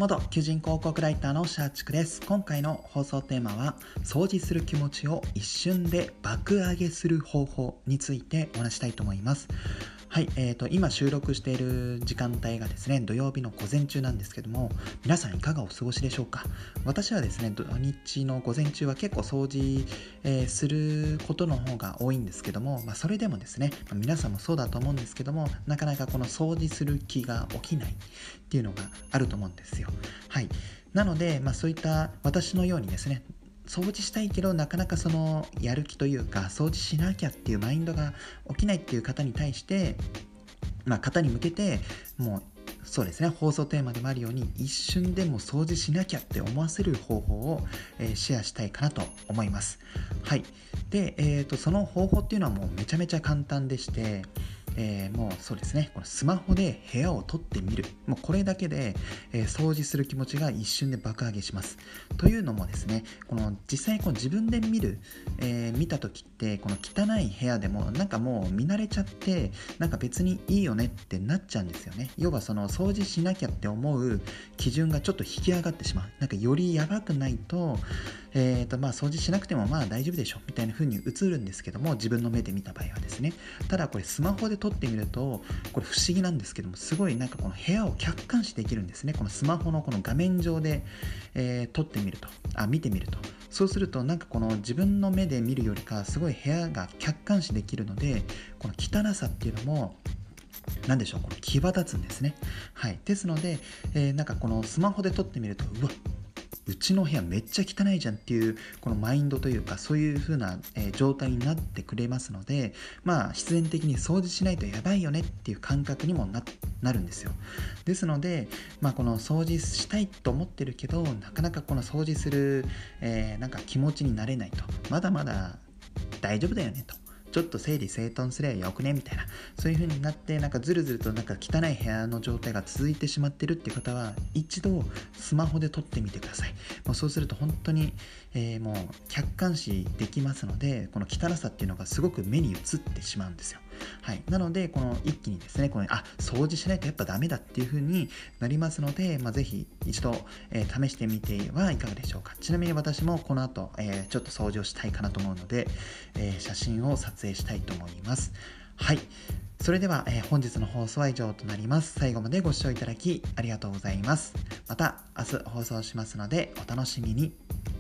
元求人広告ライターのシャーチクです。今回の放送テーマは、掃除する気持ちを一瞬で爆上げする方法についてお話したいと思います。はい、今収録している時間帯がですね、土曜日の午前中なんですけども、皆さんいかがお過ごしでしょうか。私はですね、土日の午前中は結構掃除、することの方が多いんですけども、それでもですね、皆さんもそうだと思うんですけども、なかなかこの掃除する気が起きないっていうのがあると思うんですよ。はい。なので、そういった私のようにですね、掃除したいけどなかなかそのやる気というか掃除しなきゃっていうマインドが起きないっていう方に対して、方に向けてもうそうですね、放送テーマでもあるように一瞬でも掃除しなきゃって思わせる方法を、シェアしたいかなと思います。はい。で、その方法っていうのはもうめちゃめちゃ簡単でして、もうそうですね、このスマホで部屋を撮ってみる、もうこれだけで、掃除する気持ちが一瞬で爆上げします。というのもですね、この実際自分で見た時ってこの汚い部屋でもなんかもう見慣れちゃって、なんか別にいいよねってなっちゃうんですよね。要はその掃除しなきゃって思う基準がちょっと引き上がってしまう。なんかよりやばくないと、掃除しなくても大丈夫でしょみたいな風に映るんですけども、自分の目で見た場合はですね。ただこれスマホで撮ってみると、これ不思議なんですけども、すごいなんかこの部屋を客観視できるんですね。このスマホのこの画面上で、見てみると、そうするとなんかこの自分の目で見るよりかすごい部屋が客観視できるので、この汚さっていうのもなんでしょう、この際立つんですね。はい。ですので、なんかこのスマホで撮ってみると、うちの部屋めっちゃ汚いじゃんっていうこのマインドというか、そういう風な、状態になってくれますので、必然的に掃除しないとやばいよねっていう感覚にもなるんですよ。ですので、この掃除したいと思ってるけどなかなかこの掃除する、なんか気持ちになれないと、まだまだ大丈夫だよねと、ちょっと整理整頓すればよくねみたいな、そういう風になってなんかずるずるとなんか汚い部屋の状態が続いてしまってるっていう方は、一度スマホで撮ってみてください。もうそうすると本当に、もう客観視できますので、この汚さっていうのがすごく目に映ってしまうんですよ。はい。なのでこの一気にですね、掃除しないとやっぱダメだっていう風になりますので、ぜひ一度、試してみてはいかがでしょうか。ちなみに私もこの後、ちょっと掃除をしたいかなと思うので、写真を撮影したいと思います。はい。それでは、本日の放送は以上となります。最後までご視聴いただきありがとうございます。また明日放送しますのでお楽しみに。